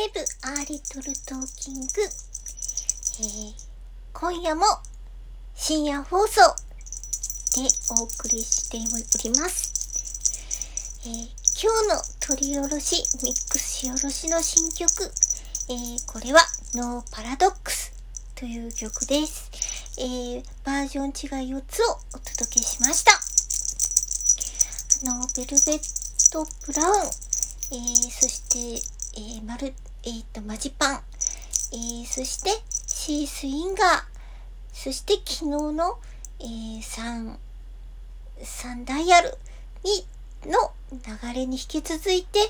アリトルトーキング、今夜も深夜放送でお送りしております。今日の取り下ろしミックスし下ろしの新曲、これはノーパラドックスという曲です。バージョン違い4つをお届けしました。ベルベットブラウン、そして、マジパン、そしてシースインガー、そして昨日の、3ダイヤルの流れに引き続いて、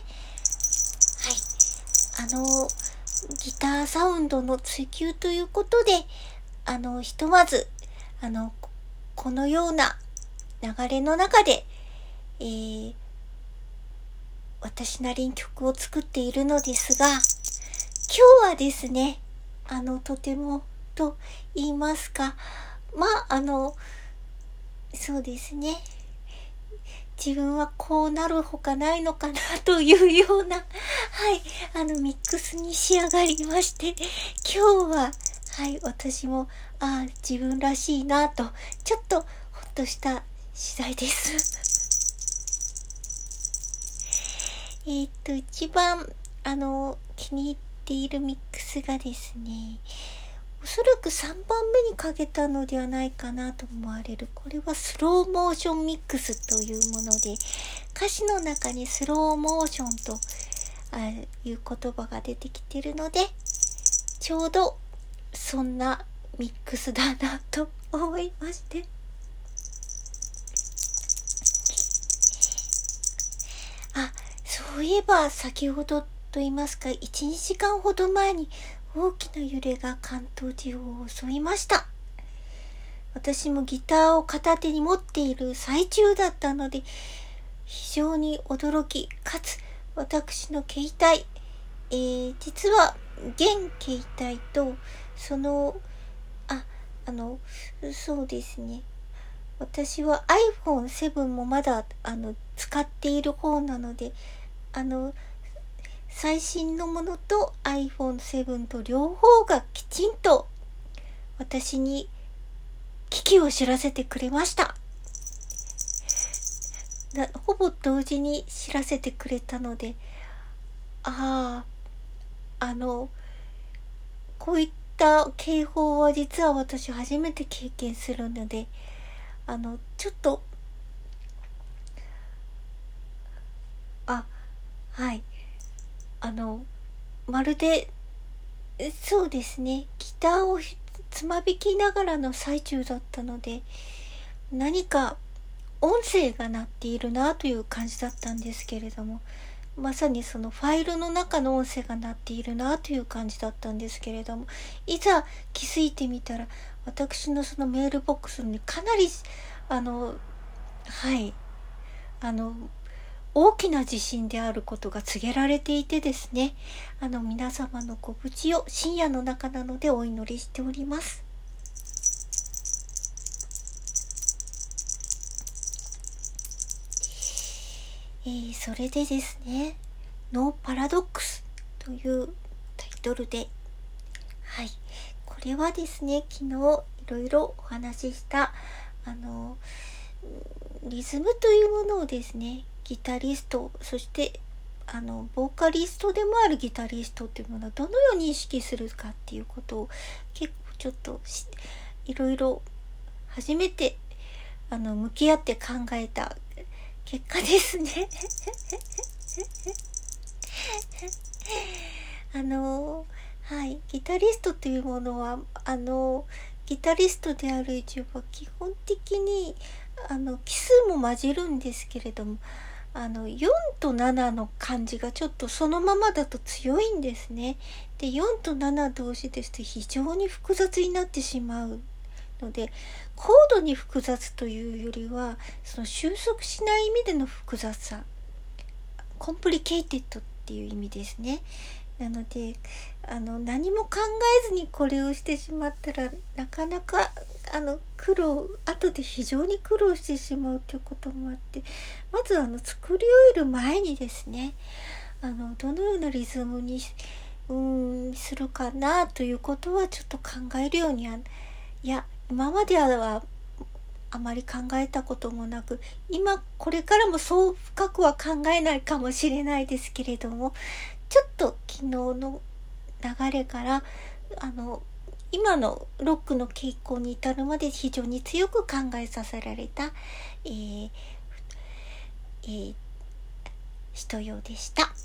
ギターサウンドの追求ということで、ひとまずこのような流れの中で、私なりに曲を作っているのですが、今日はですね、とてもと言いますか、そうですね、自分はこうなるほかないのかなというような、ミックスに仕上がりまして、今日は、私も、自分らしいなと、ちょっとほっとした次第です。一番、気に入っているミックスがですね、おそらく3番目にかけたのではないかなと思われる。これはスローモーションミックスというもので、歌詞の中にスローモーションという言葉が出てきているので、ちょうどそんなミックスだなと思いまして。そういえば先ほどと言いますか、1、2時間ほど前に大きな揺れが関東地方を襲いました。私もギターを片手に持っている最中だったので、非常に驚き、かつ私の携帯、実は現携帯とそうですね、私は iPhone7 もまだ使っている方なので、最新のものと iPhone7 と両方がきちんと私に危機を知らせてくれました。ほぼ同時に知らせてくれたので、こういった警報は実は私初めて経験するので、ちょっとまるでそうですね、ギターをつま弾きながらの最中だったので、何か音声が鳴っているなという感じだったんですけれども、まさにそのファイルの中の音声が鳴っているなという感じだったんですけれども、いざ気づいてみたら、私のそのメールボックスにかなり大きな地震であることが告げられていてですね、皆様のご無事を深夜の中なのでお祈りしております。それでですね、ノーパラドックスというタイトルで、これはですね、昨日いろいろお話ししたリズムというものをですね、ギタリスト、そしてボーカリストでもあるギタリストっていうものをどのように意識するかっていうことを結構ちょっといろいろ初めて向き合って考えた結果ですね。ギタリストというものはギタリストである以上は基本的に奇数も混じるんですけれども、4と7の感じがちょっとそのままだと強いんですね。で、4と7同士ですと非常に複雑になってしまうので、高度に複雑というよりはその収束しない意味での複雑さ、コンプリケイテッドっていう意味ですね。なので何も考えずにこれをしてしまったら、なかなか後で非常に苦労してしまうということもあって、まず作り終える前にですね、どのようなリズムにするかなということはちょっと考えるようにいや、今まではあまり考えたこともなく、これからもそう深くは考えないかもしれないですけれども、ちょっと昨日の流れから今のロックの傾向に至るまで非常に強く考えさせられた、人用でした。